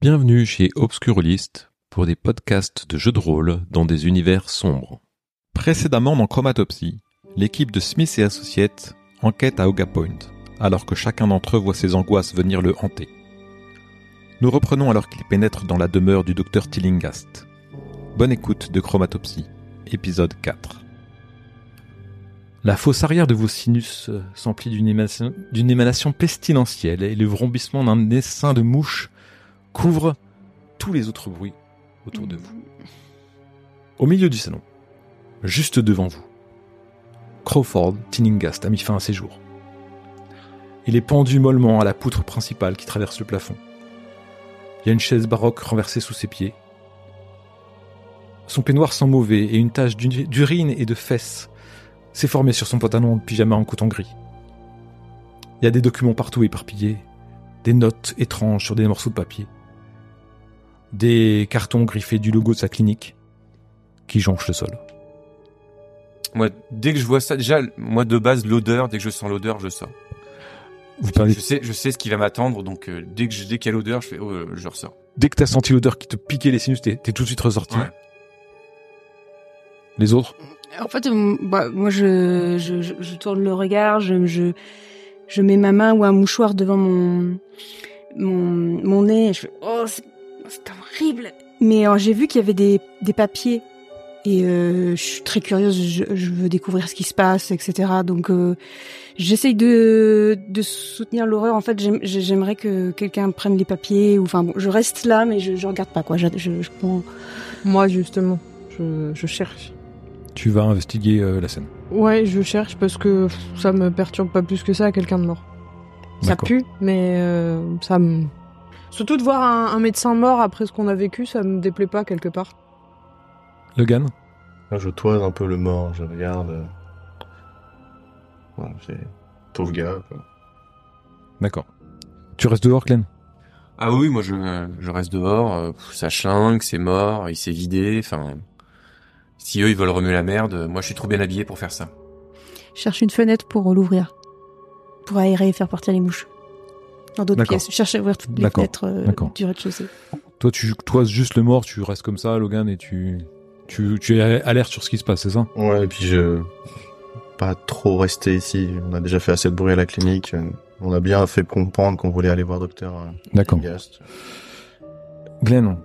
Bienvenue chez Obscurlist pour des podcasts de jeux de rôle dans des univers sombres. Précédemment dans Chromatopsy, l'équipe de Smith et Associates enquête à Oga Point, alors que chacun d'entre eux voit ses angoisses venir le hanter. Nous reprenons alors qu'ils pénètrent dans la demeure du docteur Tillinghast. Bonne écoute de Chromatopsy, épisode 4. La fosse arrière de vos sinus s'emplit d'une émanation pestilentielle et le vrombissement d'un essaim de mouches couvre tous les autres bruits autour de vous. Au milieu du salon, juste devant vous, Crawford Tillinghast a mis fin à ses jours. Il est pendu mollement à la poutre principale qui traverse le plafond. Il y a une chaise baroque renversée sous ses pieds. Son peignoir sent mauvais et une tache d'urine et de fesses s'est formée sur son pantalon de pyjama en coton gris. Il y a des documents partout éparpillés, des notes étranges sur des morceaux de papier, des cartons griffés du logo de sa clinique qui jonchent le sol. Moi, dès que je vois ça, déjà, moi de base, l'odeur, dès que je sens l'odeur, je sors. Je sais ce qui va m'attendre, donc dès qu'il y a l'odeur, je ressors. Dès que t'as senti l'odeur qui te piquait les sinus, t'es tout de suite ressorti. Ouais. Les autres ? En fait, moi, je tourne le regard, je mets ma main ou un mouchoir devant mon nez, et je fais « Oh, c'est horrible !» Mais j'ai vu qu'il y avait des papiers, et je suis très curieuse, je veux découvrir ce qui se passe, etc. Donc, j'essaye de soutenir l'horreur. En fait, j'aimerais que quelqu'un prenne les papiers, ou enfin, bon, je reste là, mais je regarde pas, quoi. Je prends... Moi, justement, je cherche. Tu vas investiguer la scène. Ouais, je cherche parce que ça me perturbe pas plus que ça, quelqu'un de mort. Ça D'accord. pue, mais ça me... Surtout de voir un médecin mort après ce qu'on a vécu, ça me déplaît pas quelque part. Logan ? Je toise un peu le mort, je regarde. Voilà, c'est pauvre gars, quoi. D'accord. Tu restes dehors, Glenn ? Ah oui, moi je reste dehors, ça chlingue, c'est mort, il s'est vidé, enfin... Si eux ils veulent remuer la merde, moi je suis trop bien habillé pour faire ça. Je cherche une fenêtre pour l'ouvrir, pour aérer et faire partir les mouches. Dans d'autres D'accord. pièces. Je cherche à ouvrir toutes les D'accord. fenêtres D'accord. du rez-de-chaussée. Toi, tu toises juste le mort, tu restes comme ça, Logan, et tu es alerte sur ce qui se passe, c'est ça ? Ouais, et puis pas trop rester ici. On a déjà fait assez de bruit à la clinique. On a bien fait comprendre qu'on voulait aller voir docteur D'accord. Tillinghast. Glenn,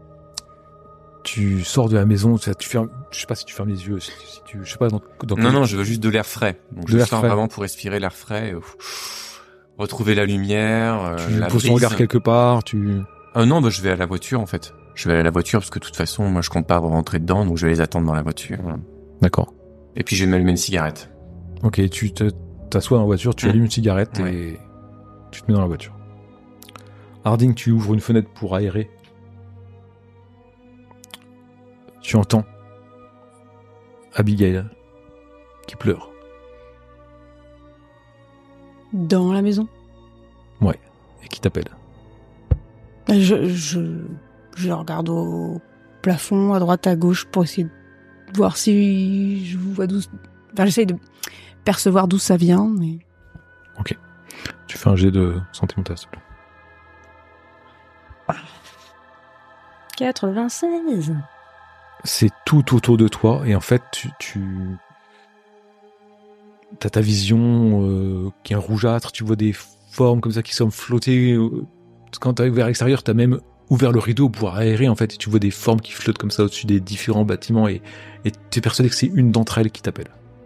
tu sors de la maison, je sais pas si tu fermes les yeux, je sais pas dans Non, je veux juste de l'air frais. Donc De je l'air sors frais. vraiment pour respirer l'air frais, retrouver la lumière, tu la poses ton brise. regard quelque part, Non, je vais à la voiture en fait. Je vais à la voiture parce que de toute façon, moi je compte pas rentrer dedans, donc je vais les attendre dans la voiture. Voilà. D'accord. Et puis je vais m'allumer une cigarette. Ok, tu t'assois dans la voiture, tu allumes une cigarette Ouais. et tu te mets dans la voiture. Harding, tu ouvres une fenêtre pour aérer. Tu entends Abigail qui pleure. Dans la maison. Et qui t'appelle. Je regarde au plafond, à droite, à gauche, pour essayer de voir si je vois d'où... Enfin, j'essaye de percevoir d'où ça vient, mais... Tu fais un jet de santé mentale, s'il te plaît. 96. C'est tout autour de toi et en fait t'as ta vision qui est rougeâtre, tu vois des formes comme ça qui semblent flotter. Quand t'arrives vers l'extérieur, t'as même ouvert le rideau pour aérer en fait et tu vois des formes qui flottent comme ça au-dessus des différents bâtiments et t'es persuadé que c'est une d'entre elles qui t'appelle.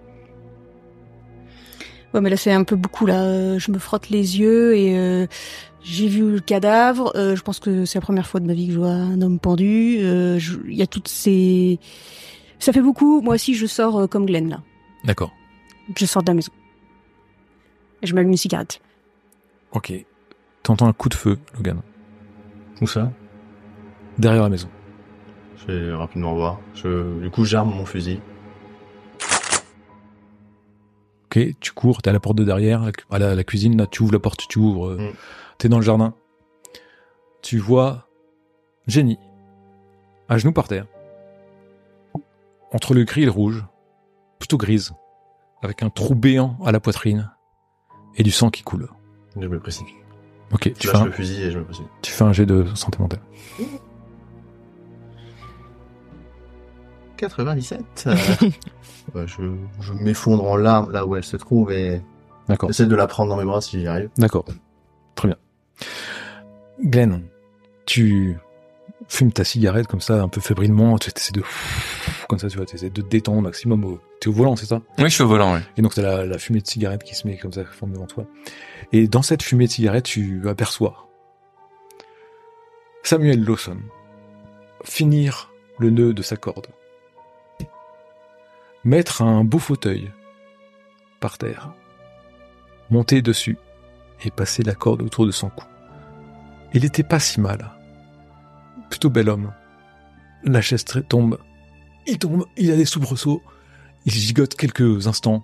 Ouais, mais là, c'est un peu beaucoup, là. Je me frotte les yeux et j'ai vu le cadavre. Je pense que c'est la première fois de ma vie que je vois un homme pendu. Il y a toutes ces... Ça fait beaucoup. Moi aussi, je sors comme Glenn, là. D'accord. Je sors de la maison. Et je m'allume une cigarette. Ok. T'entends un coup de feu, Logan, Où ça? derrière la maison. Je vais rapidement voir. Du coup, j'arme mon fusil. Ok, tu cours, t'es à la porte de derrière, à la cuisine, là, tu ouvres la porte, t'es dans le jardin. Tu vois Jenny, à genoux par terre, entre le gris et le rouge, plutôt grise, avec un trou béant à la poitrine, et du sang qui coule. Je me précipite. Ok, Je lâche le fusil et je me positionne. tu fais un jet de santé mentale. 97. Je m'effondre en larmes là où elle se trouve et D'accord. j'essaie de la prendre dans mes bras si j'y arrive. D'accord. Très bien. Glenn, tu fumes ta cigarette comme ça, un peu fébrilement, tu essaies de... Comme ça, tu vois, tu essaies de te détendre au maximum. T'es au volant, c'est ça? Oui, je suis au volant, oui. Et donc, t'as la fumée de cigarette qui se met comme ça, forme devant toi. Et dans cette fumée de cigarette, tu aperçois Samuel Lawson finir le nœud de sa corde. Mettre un beau fauteuil par terre. Monter dessus et passer la corde autour de son cou. Il était pas si mal. Plutôt bel homme. La chaise tombe. Il tombe, il a des soubresauts. Il gigote quelques instants.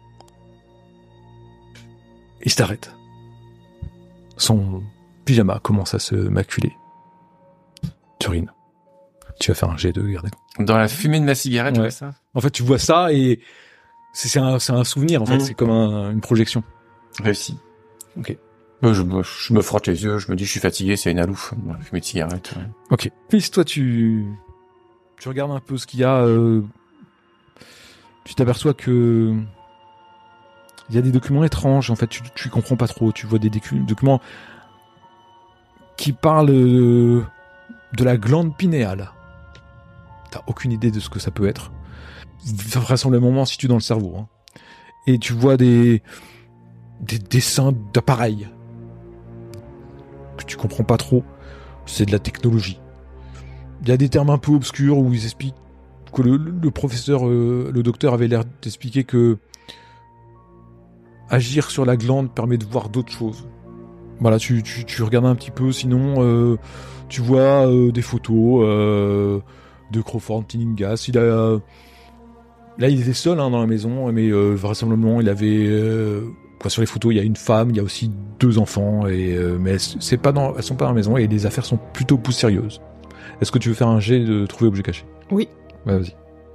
Il s'arrête. Son pyjama commence à se maculer. Turine. Tu vas faire un jet de garder. Dans la fumée de ma cigarette, Ouais. ouais. Ça. En fait, tu vois ça et c'est un souvenir, en fait. C'est comme une projection. Réussi. Ok. Je me frotte les yeux, je me dis je suis fatigué, c'est une alouf. Dans la fumée de cigarette. Ouais. Ok. Fils, toi, tu regardes un peu ce qu'il y a. Tu t'aperçois que il y a des documents étranges. En fait, tu comprends pas trop. Tu vois des documents qui parlent de la glande pinéale. T'as aucune idée de ce que ça peut être. Vraisemblablement situé dans le cerveau. Hein. Et tu vois des dessins d'appareils que tu comprends pas trop. C'est de la technologie. Il y a des termes un peu obscurs où ils expliquent que le professeur, le docteur avait l'air d'expliquer que agir sur la glande permet de voir d'autres choses. Voilà, tu regardes un petit peu, sinon tu vois des photos de Crawford Tinningas. Là, il était seul dans la maison, mais vraisemblablement, il avait... sur les photos, il y a une femme, il y a aussi 2 enfants, mais elles sont pas dans la maison et les affaires sont plutôt poussiéreuses. Est-ce que tu veux faire un jet de trouver objet caché? Oui. Ouais, vas-y.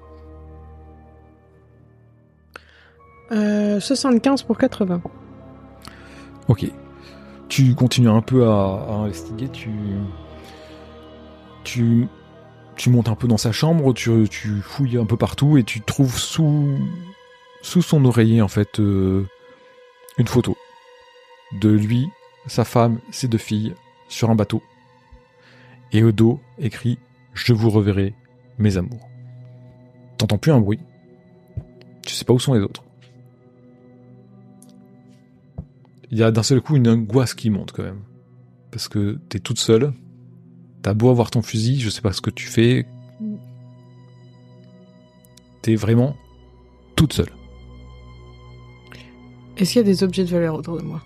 75 pour 80. Ok. Tu continues un peu à investiguer, tu montes un peu dans sa chambre, tu fouilles un peu partout et tu trouves sous son oreiller, en fait, une photo de lui, sa femme, ses 2 filles sur un bateau. Et au dos, écrit « Je vous reverrai, mes amours ». T'entends plus un bruit. Tu sais pas où sont les autres. Il y a d'un seul coup une angoisse qui monte quand même. Parce que t'es toute seule. T'as beau avoir ton fusil, je sais pas ce que tu fais. T'es vraiment toute seule. Est-ce qu'il y a des objets de valeur autour de moi?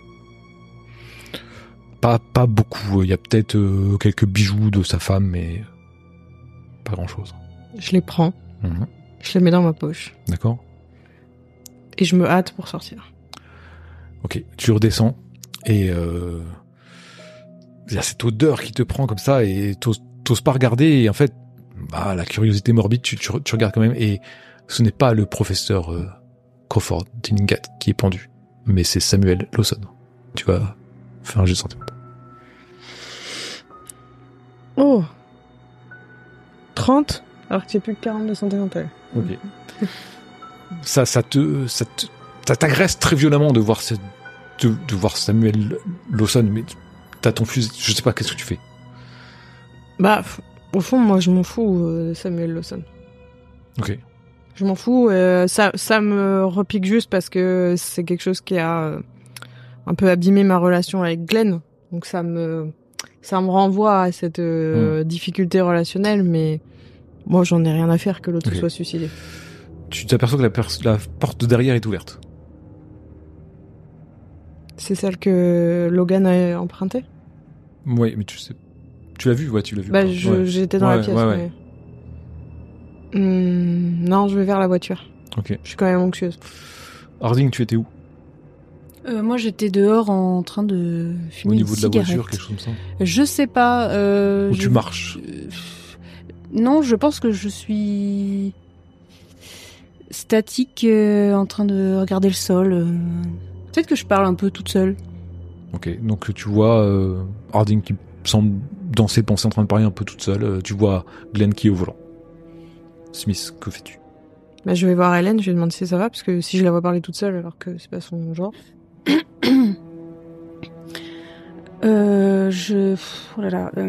Pas beaucoup. Il y a peut-être quelques bijoux de sa femme, mais pas grand-chose. Je les prends, je les mets dans ma poche, D'accord? et je me hâte pour sortir. Ok, tu redescends, et il y a cette odeur qui te prend comme ça, et t'oses pas regarder, et en fait, la curiosité morbide, tu regardes quand même, et ce n'est pas le professeur Crawford Tinningat qui est pendu, mais c'est Samuel Lawson. Tu vas faire un jeu de santé. Oh 30, alors que j'ai plus que 40 de santé mentale. Ok. ça t'agresse très violemment de voir de voir Samuel Lawson, mais t'as ton fusil, je sais pas, qu'est-ce que tu fais? Au fond, moi, je m'en fous de Samuel Lawson. Ok. Je m'en fous, ça me repique juste parce que c'est quelque chose qui a un peu abîmé ma relation avec Glenn. Donc ça me renvoie à cette difficulté relationnelle, mais moi, j'en ai rien à faire que l'autre soit suicidé. Tu t'aperçois que la porte de derrière est ouverte. C'est celle que Logan a empruntée? Oui, mais tu l'as vu, ouais, tu l'as vu. J'étais dans la pièce, ouais. Non, je vais vers la voiture. Ok. Je suis quand même anxieuse. Harding, tu étais où? Moi, j'étais dehors en train de fumer Au niveau une de la cigarette. voiture, quelque chose comme ça? Je sais pas. Ou tu marches? Non, je pense que je suis statique, en train de regarder le sol. Peut-être que je parle un peu toute seule. Ok, donc tu vois Harding qui semble dans ses pensées en train de parler un peu toute seule. Tu vois Glenn qui est au volant. Smith, que fais-tu? Bah, je vais voir Hélène, je lui demande si ça va, parce que si je la vois parler toute seule alors que c'est pas son genre. Oh là là.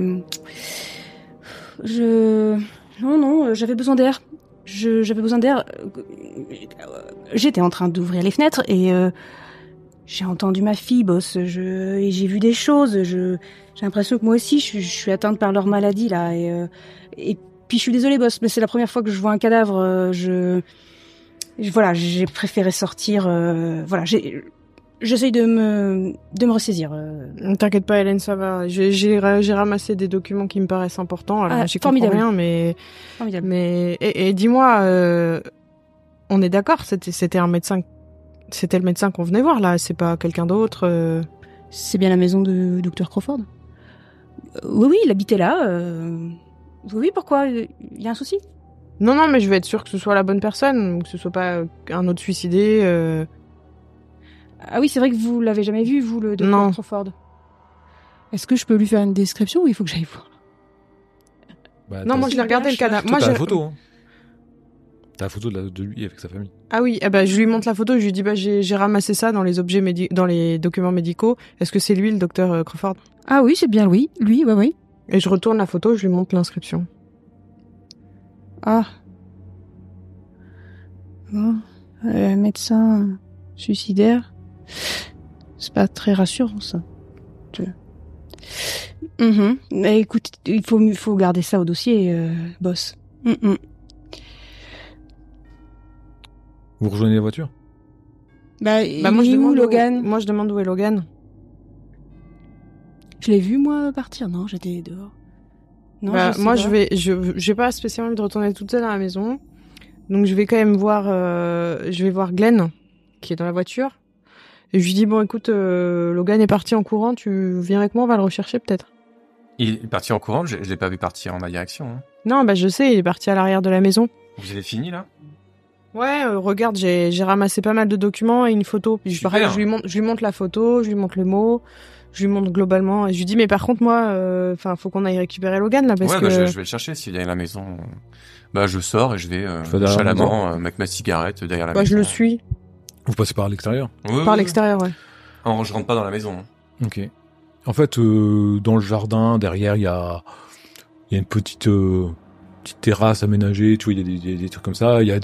Non, j'avais besoin d'air. J'avais besoin d'air. J'étais en train d'ouvrir les fenêtres et j'ai entendu ma fille, boss. Et j'ai vu des choses. J'ai l'impression que moi aussi, je suis atteinte par leur maladie là. Et puis je suis désolée, boss, mais c'est la première fois que je vois un cadavre. Voilà, j'ai préféré sortir. Voilà, j'essaye de me ressaisir. T'inquiète pas, Hélène, ça va. J'ai ramassé des documents qui me paraissent importants. Alors, j'y comprends formidable. rien, mais Formidable. et dis-moi, on est d'accord, c'était un médecin, c'était le médecin qu'on venait voir là, c'est pas quelqu'un d'autre. C'est bien la maison de Dr. Crawford. Oui, il habitait là. Oui, pourquoi? Il y a un souci? Non, mais je veux être sûre que ce soit la bonne personne, que ce soit pas un autre suicidé. Ah oui, c'est vrai que vous l'avez jamais vu, vous, le Dr. Non. Crawford. Est-ce que je peux lui faire une description ou il faut que j'aille voir? Bah, Non, moi je l'ai regardé le cadavre. Moi, t'as la photo. Hein. T'as la photo de lui avec sa famille. Ah oui, je lui montre la photo, je lui dis j'ai ramassé ça dans les objets dans les documents médicaux. Est-ce que c'est lui le docteur Crawford? Ah oui, c'est bien lui, ouais. Et je retourne la photo, je lui montre l'inscription. Ah. Bon, médecin suicidaire. C'est pas très rassurant, ça. Mais écoute, il faut garder ça au dossier, boss. Vous rejoignez la voiture? Moi je demande Logan. Moi je demande où est Logan. Je l'ai vu moi partir, non? J'étais dehors. Non, moi j'ai pas spécialement envie de retourner toute seule à la maison. Donc je vais quand même voir Glenn qui est dans la voiture. Et je lui dis bon écoute Logan est parti en courant, tu viens avec moi, on va le rechercher peut-être. Il est parti en courant, je l'ai pas vu partir en ma direction. Hein. Non, je sais, il est parti à l'arrière de la maison. Vous avez fini là? Ouais, regarde, j'ai ramassé pas mal de documents et une photo. Puis je lui montre la photo, je lui montre le mot, je lui montre globalement. Et je lui dis mais par contre moi, faut qu'on aille récupérer Logan là parce que. Je vais le chercher s'il est à la maison. Je sors et je vais chalamment avec ma cigarette derrière la maison. Je le suis. Vous passez par l'extérieur? Oui, par l'extérieur, ouais. Non, je rentre pas dans la maison. Ok. En fait, dans le jardin, derrière, il y a une petite terrasse aménagée, tu vois, il y a des trucs comme ça, il y a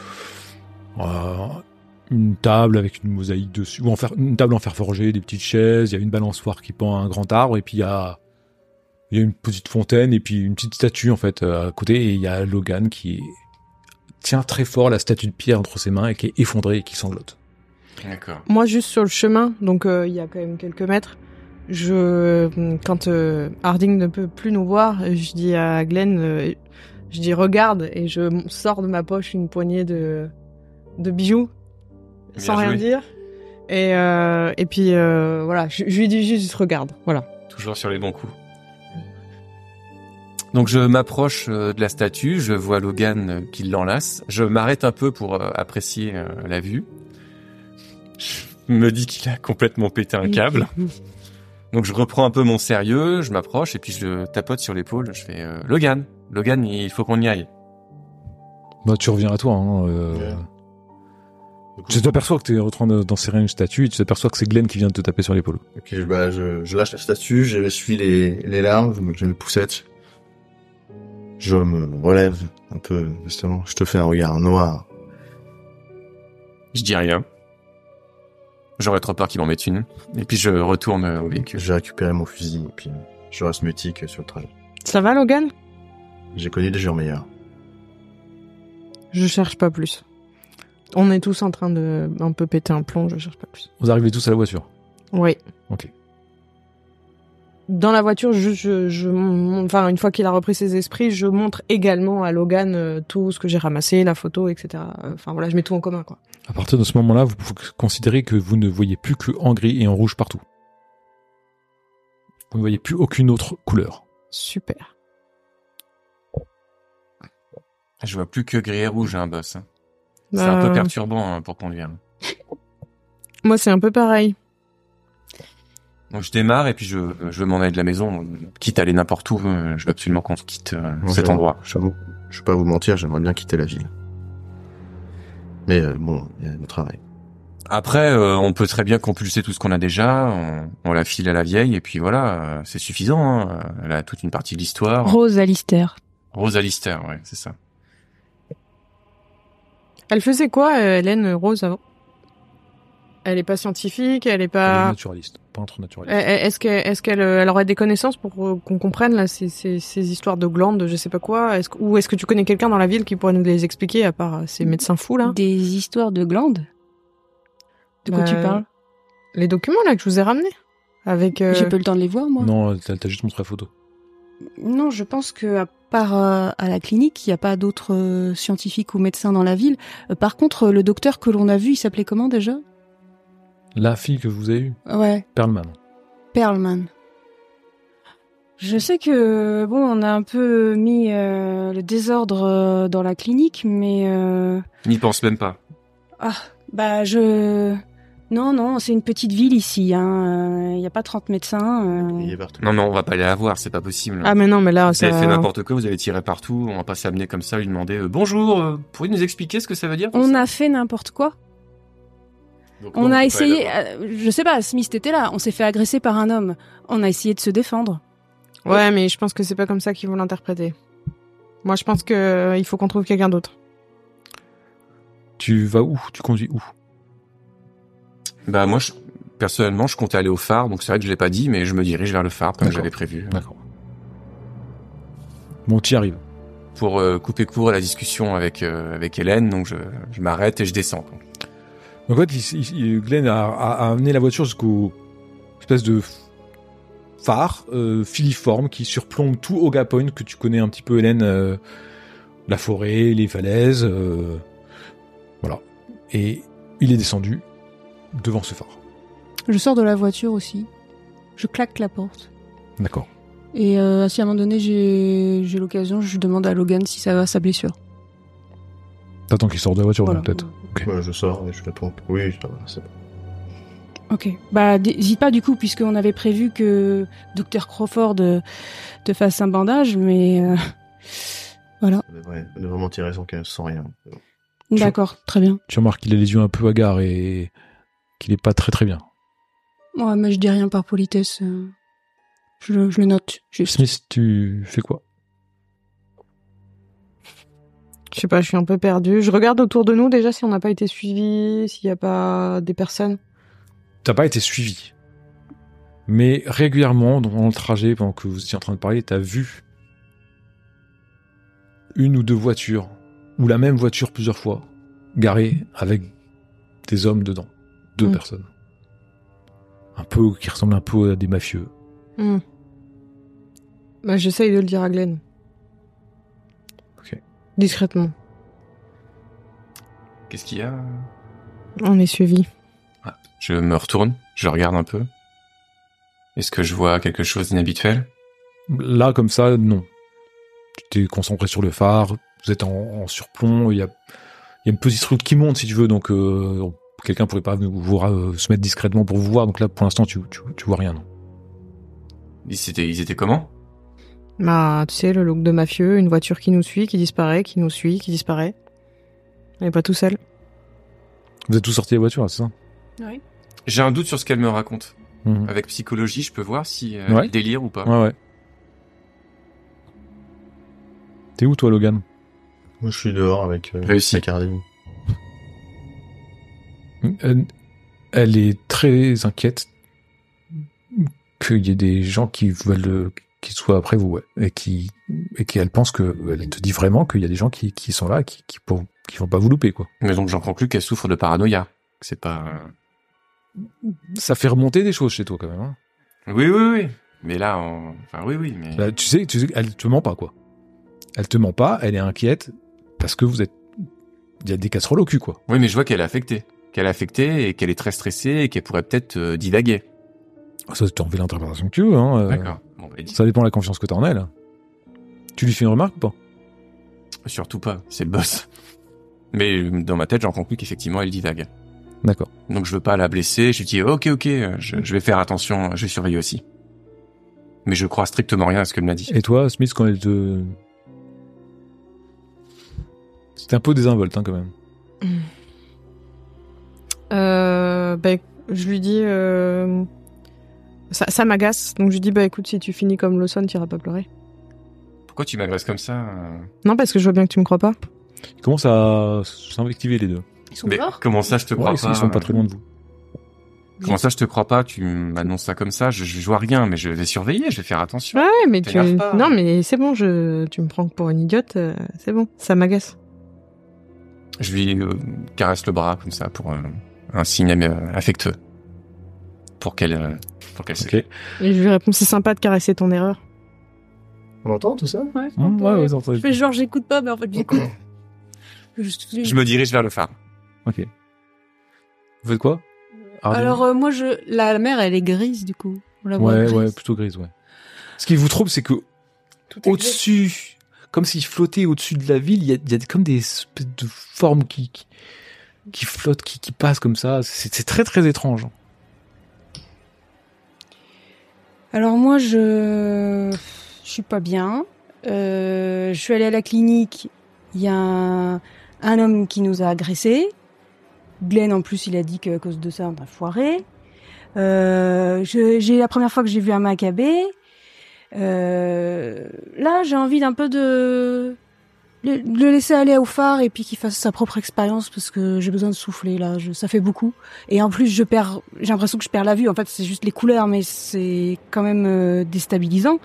une table avec une mosaïque dessus, une table en fer forgé, des petites chaises, il y a une balançoire qui pend à un grand arbre, et puis il y a une petite fontaine, et puis une petite statue, en fait, à côté, et il y a Logan qui tient très fort la statue de pierre entre ses mains et qui est effondrée et qui sanglote. D'accord. Moi, juste sur le chemin, donc il y a quand même quelques mètres, quand Harding ne peut plus nous voir, je dis à Glenn, je dis regarde, et je sors de ma poche une poignée de bijoux, sans rien dire. Et puis voilà, je lui dis juste regarde, voilà. Toujours sur les bons coups. Donc je m'approche de la statue, je vois Logan qui l'enlace. Je m'arrête un peu pour apprécier la vue. Je me dis qu'il a complètement pété un câble. Donc je reprends un peu mon sérieux, je m'approche et puis je tapote sur l'épaule. Je fais Logan, il faut qu'on y aille. Tu reviens à toi. Hein, Tu t'aperçois que t'es en train d'enserrer une statue et tu t'aperçois que c'est Glenn qui vient de te taper sur l'épaule. Ok, je lâche la statue, j'essuie les larmes, j'ai une poussette. Je me relève un peu, justement. Je te fais un regard noir. Je dis rien. J'aurais trop peur qu'il m'en mette une. Et puis je retourne au véhicule. J'ai récupéré mon fusil et puis je reste mutique sur le trajet. Ça va, Logan? J'ai connu des jours meilleurs. Je cherche pas plus. On est tous en train de un peu péter un plomb, je cherche pas plus. Vous arrivez tous à la voiture? Oui. Ok. Dans la voiture, une fois qu'il a repris ses esprits, je montre également à Logan tout ce que j'ai ramassé, la photo, etc. Je mets tout en commun, quoi. À partir de ce moment-là, vous pouvez considérer que vous ne voyez plus que en gris et en rouge partout. Vous ne voyez plus aucune autre couleur. Super. Je vois plus que gris et rouge, boss. C'est un peu perturbant pour conduire. Moi, c'est un peu pareil. Donc je démarre et puis je veux m'en aller de la maison, quitte à aller n'importe où. Je veux absolument qu'on quitte cet endroit. J'avoue, je vais pas vous mentir, j'aimerais bien quitter la ville. Mais bon, il y a le travail. Après, on peut très bien compulser tout ce qu'on a déjà, on la file à la vieille et puis voilà, c'est suffisant. Hein. Elle a toute une partie de l'histoire. Rose Alistair. Rose Alistair, ouais, c'est ça. Elle faisait quoi, Hélène Rose, avant? Elle est pas scientifique, elle est Elle est pas... naturaliste, peintre naturaliste. Est-ce qu'elle elle aurait des connaissances pour qu'on comprenne là ces histoires de glandes, je sais pas quoi? Ou est-ce que tu connais quelqu'un dans la ville qui pourrait nous les expliquer à part ces médecins fous là? Des histoires de glandes? De quoi tu parles? Les documents là que je vous ai ramenés avec. J'ai pas eu le temps de les voir, moi. Non, t'as juste montré la photo. Non, je pense que à part à la clinique, il n'y a pas d'autres scientifiques ou médecins dans la ville. Par contre, le docteur que l'on a vu, il s'appelait comment déjà? La fille que vous avez eue, Ouais, Perlman. Perlman. Je sais que bon, on a un peu mis le désordre dans la clinique, mais N'y pense même pas. non, c'est une petite ville ici. Il y a pas 30 médecins. Il est partout. Non, on va pas aller la voir, c'est pas possible. Ah mais non, mais là Vous ça. avez fait n'importe quoi, vous avez tiré partout, on va pas s'amener comme ça, lui demander bonjour, pourriez nous expliquer ce que ça veut dire tout On ça a fait n'importe quoi. Donc, On non, a peut pas essayé, aller la voir. je sais pas, Smith était là, on s'est fait agresser par un homme. On a essayé de se défendre. Ouais, mais je pense que c'est pas comme ça qu'ils vont l'interpréter. Moi, je pense que il faut qu'on trouve quelqu'un d'autre. Tu vas où? Tu conduis où? Bah moi, personnellement, je comptais aller au phare, donc c'est vrai que je l'ai pas dit, mais je me dirige vers le phare comme D'accord. j'avais prévu. D'accord. Bon, tu y arrives. Pour couper court à la discussion avec Hélène, donc je m'arrête et je descends. quoi. Donc en fait, Glenn a amené la voiture jusqu'au espèce de phare filiforme qui surplombe tout Oga Point, que tu connais un petit peu, Hélène, la forêt, les falaises, voilà. Et il est descendu devant ce phare. Je sors de la voiture aussi. Je claque la porte. D'accord. Et si à un moment donné j'ai l'occasion, je demande à Logan si ça va sa blessure. T'attends qu'il sorte de la voiture, Voilà. peut-être. Ok. Ouais, je sors et je réponds. Oui, ça va, c'est bon. Ok. Bah n'hésite pas du coup, puisqu'on avait prévu que Dr Crawford te fasse un bandage, mais voilà. On devrait m'en tirer sans rien. D'accord, très bien. Tu remarques qu'il a les yeux un peu hagards et qu'il est pas très très bien. Ouais, mais je dis rien par politesse. Je le note. Juste. Smith, tu fais quoi? Je sais pas, je suis un peu perdue. Je regarde autour de nous déjà si on n'a pas été suivi, s'il y a pas des personnes. T'as pas été suivi. Mais régulièrement, dans le trajet, pendant que vous étiez en train de parler, t'as vu une ou deux voitures, ou la même voiture plusieurs fois, garée avec des hommes dedans. Deux personnes. Un peu, qui ressemblent un peu à des mafieux. Bah, j'essaye de le dire à Glenn. Ok. Discrètement. Qu'est-ce qu'il y a? On est suivi. Je me retourne, je regarde un peu. Est-ce que je vois quelque chose d'inhabituel? Là, comme ça, non. Tu t'es concentré sur le phare, vous êtes en surplomb, il y a une petite route qui monte, si tu veux, donc quelqu'un pourrait pas se mettre discrètement pour vous voir, donc là, pour l'instant, tu vois rien, non. Ils étaient comment? Bah, tu sais, le look de mafieux, une voiture qui nous suit, qui disparaît, qui nous suit, qui disparaît. On est pas tout seul. Vous êtes tous sortis des voitures, là, c'est ça? Oui. J'ai un doute sur ce qu'elle me raconte. Mhm. Avec psychologie, je peux voir si Ouais. elle délire ou pas. Ouais. T'es où, toi, Logan? Moi, je suis dehors avec Réussi. Cardine. Elle est très inquiète qu'il y ait des gens qui veulent qu'ils soient après vous, ouais. Et qu'elle pense elle te dit vraiment qu'il y a des gens qui sont là, qui vont pas vous louper, quoi. Mais donc j'en conclus qu'elle souffre de paranoïa. C'est pas... Ça fait remonter des choses chez toi, quand même, hein. Oui. Mais là, enfin oui, mais... Là, tu sais, elle te ment pas, quoi. Elle te ment pas, elle est inquiète parce que il y a des casseroles au cul, quoi. Oui, mais je vois qu'elle est affectée. Et qu'elle est très stressée et qu'elle pourrait peut-être divaguer. Ça, tu en fais l'interprétation que tu veux, hein. D'accord. Bon, bah, Ça dépend de la confiance que t'as en elle. Tu lui fais une remarque ou pas? surtout pas, c'est le boss. Mais dans ma tête, j'en conclus qu'effectivement, elle divague. D'accord. Donc je veux pas la blesser. Je lui dis ok, je vais faire attention, je vais surveiller aussi. Mais je crois strictement rien à ce qu'elle m'a dit. Et toi, Smith, quand elle te... C'était un peu désinvolte, hein, quand même. Je lui dis... Ça m'agace, donc je lui dis, écoute, si tu finis comme Lawson, t'iras pas pleurer. Pourquoi tu m'agresses comme ça Non, parce que je vois bien que tu me crois pas. Ils commencent à s'invectiver, les deux. Ils sont Mais morts. comment ça, je te crois Ouais, pas ils sont pas très loin de vous. Comment ça, je te crois pas? Tu m'annonces ça comme ça. Je vois rien, mais je vais surveiller, je vais faire attention. Ouais, mais T'énerve pas. Non, mais c'est bon, tu me prends pour une idiote, c'est bon, ça m'agace. Je lui caresse le bras comme ça pour un signe affectueux. Pour qu'elle se... Ok. Et je lui réponds, c'est sympa de caresser ton erreur. On entend tout ça? Ouais, Ouais, ça je fais genre j'écoute pas, mais en fait j'écoute. Je me dirige vers le phare. Ok. Vous faites quoi? Alors moi la mer elle est grise du coup. On la voit Ouais, grise. ouais, plutôt grise, ouais. Ce qui vous trouble, c'est que Tout est gris. au-dessus, comme s'il flottait au-dessus de la ville, il y a comme des espèces de formes qui flottent, qui passent comme ça. C'est très très étrange. Alors moi je suis pas bien. Je suis allée à la clinique. Il y a un homme qui nous a agressés. Glenn en plus il a dit qu'à cause de ça on a foiré. J'ai la première fois que j'ai vu un macabé. Là j'ai envie d'un peu de le laisser aller au phare et puis qu'il fasse sa propre expérience parce que j'ai besoin de souffler là. Ça fait beaucoup. Et en plus j'ai l'impression que je perds la vue. En fait c'est juste les couleurs mais c'est quand même déstabilisant.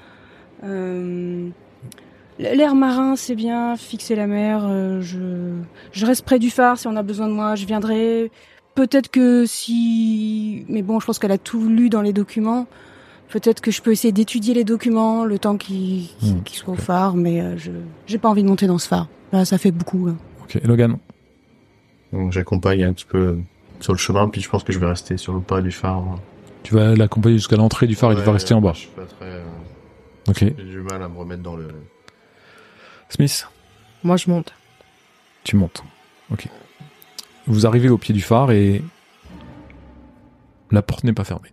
L'air marin, c'est bien, fixer la mer, je reste près du phare si on a besoin de moi, je viendrai. Peut-être que si... Mais bon, je pense qu'elle a tout lu dans les documents. Peut-être que je peux essayer d'étudier les documents le temps qu'il soit au phare, mais j'ai pas envie de monter dans ce phare. Là, ça fait beaucoup. Hein. Ok, Logan. Donc j'accompagne un petit peu sur le chemin, puis je pense que je vais rester sur le pas du phare. Tu vas l'accompagner jusqu'à l'entrée du phare et tu vas rester en bas. Je suis pas très... Ok. J'ai du mal à me remettre dans le... Smith, Moi, je monte. tu montes. Ok. Vous arrivez au pied du phare et la porte n'est pas fermée.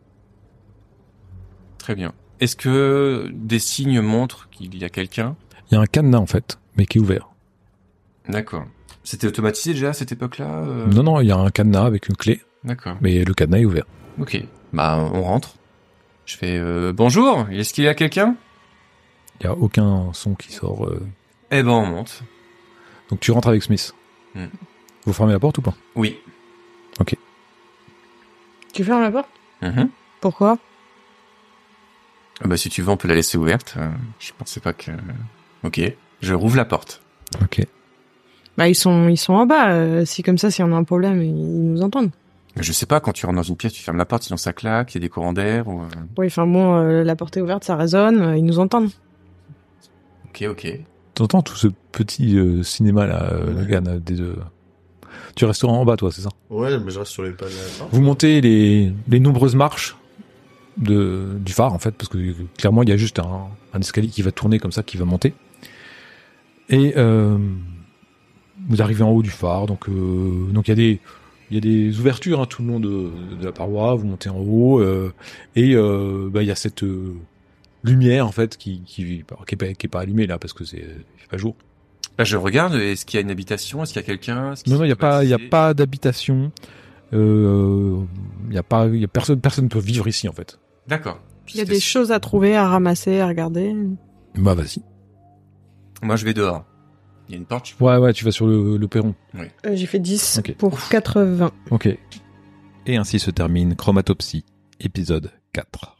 Très bien. Est-ce que des signes montrent qu'il y a quelqu'un? Il y a un cadenas en fait, mais qui est ouvert. D'accord. C'était automatisé déjà à cette époque-là Non, il y a un cadenas avec une clé, D'accord. mais le cadenas est ouvert. Ok. Bah, on rentre. Je fais bonjour, est-ce qu'il y a quelqu'un? Il y a aucun son qui sort. Eh ben, on monte. Donc tu rentres avec Smith. Hmm. Vous fermez la porte ou pas? Oui. Tu fermes la porte? Mhm. Pourquoi? Ah bah, si tu veux, on peut la laisser ouverte. Je pensais pas que... Ok. Je rouvre la porte. Ok. Bah, ils sont en bas. Si comme ça, si on a un problème, ils nous entendent. Mais je sais pas, quand tu rentres dans une pièce, tu fermes la porte, sinon ça claque, il y a des courants d'air ou... Oui, enfin bon, la porte est ouverte, ça résonne, ils nous entendent. Ok. T'entends tout ce petit cinéma là, Logan, des deux. Tu resteras en bas toi, c'est ça? Ouais, mais je reste sur les pas de la porte. Vous montez les nombreuses marches du phare en fait, parce que clairement il y a juste un escalier qui va tourner comme ça, qui va monter. Et vous arrivez en haut du phare, donc il y a des ouvertures hein, tout le long de la paroi. Vous montez en haut et il y a cette lumière en fait qui est pas allumée là parce que il fait pas jour. Là, je regarde, est-ce qu'il y a une habitation? Est-ce qu'il y a quelqu'un? Non, il y a pas d'habitation. Il y a personne ne peut vivre ici en fait. D'accord. Il y a des choses à trouver, à ramasser, à regarder. Bah vas-y. Moi, je vais dehors. Il y a une porte. Ouais, tu vas sur le perron. J'ai fait 10 Ok. pour 80. Ok. Et ainsi se termine Chromatopsie, épisode 4.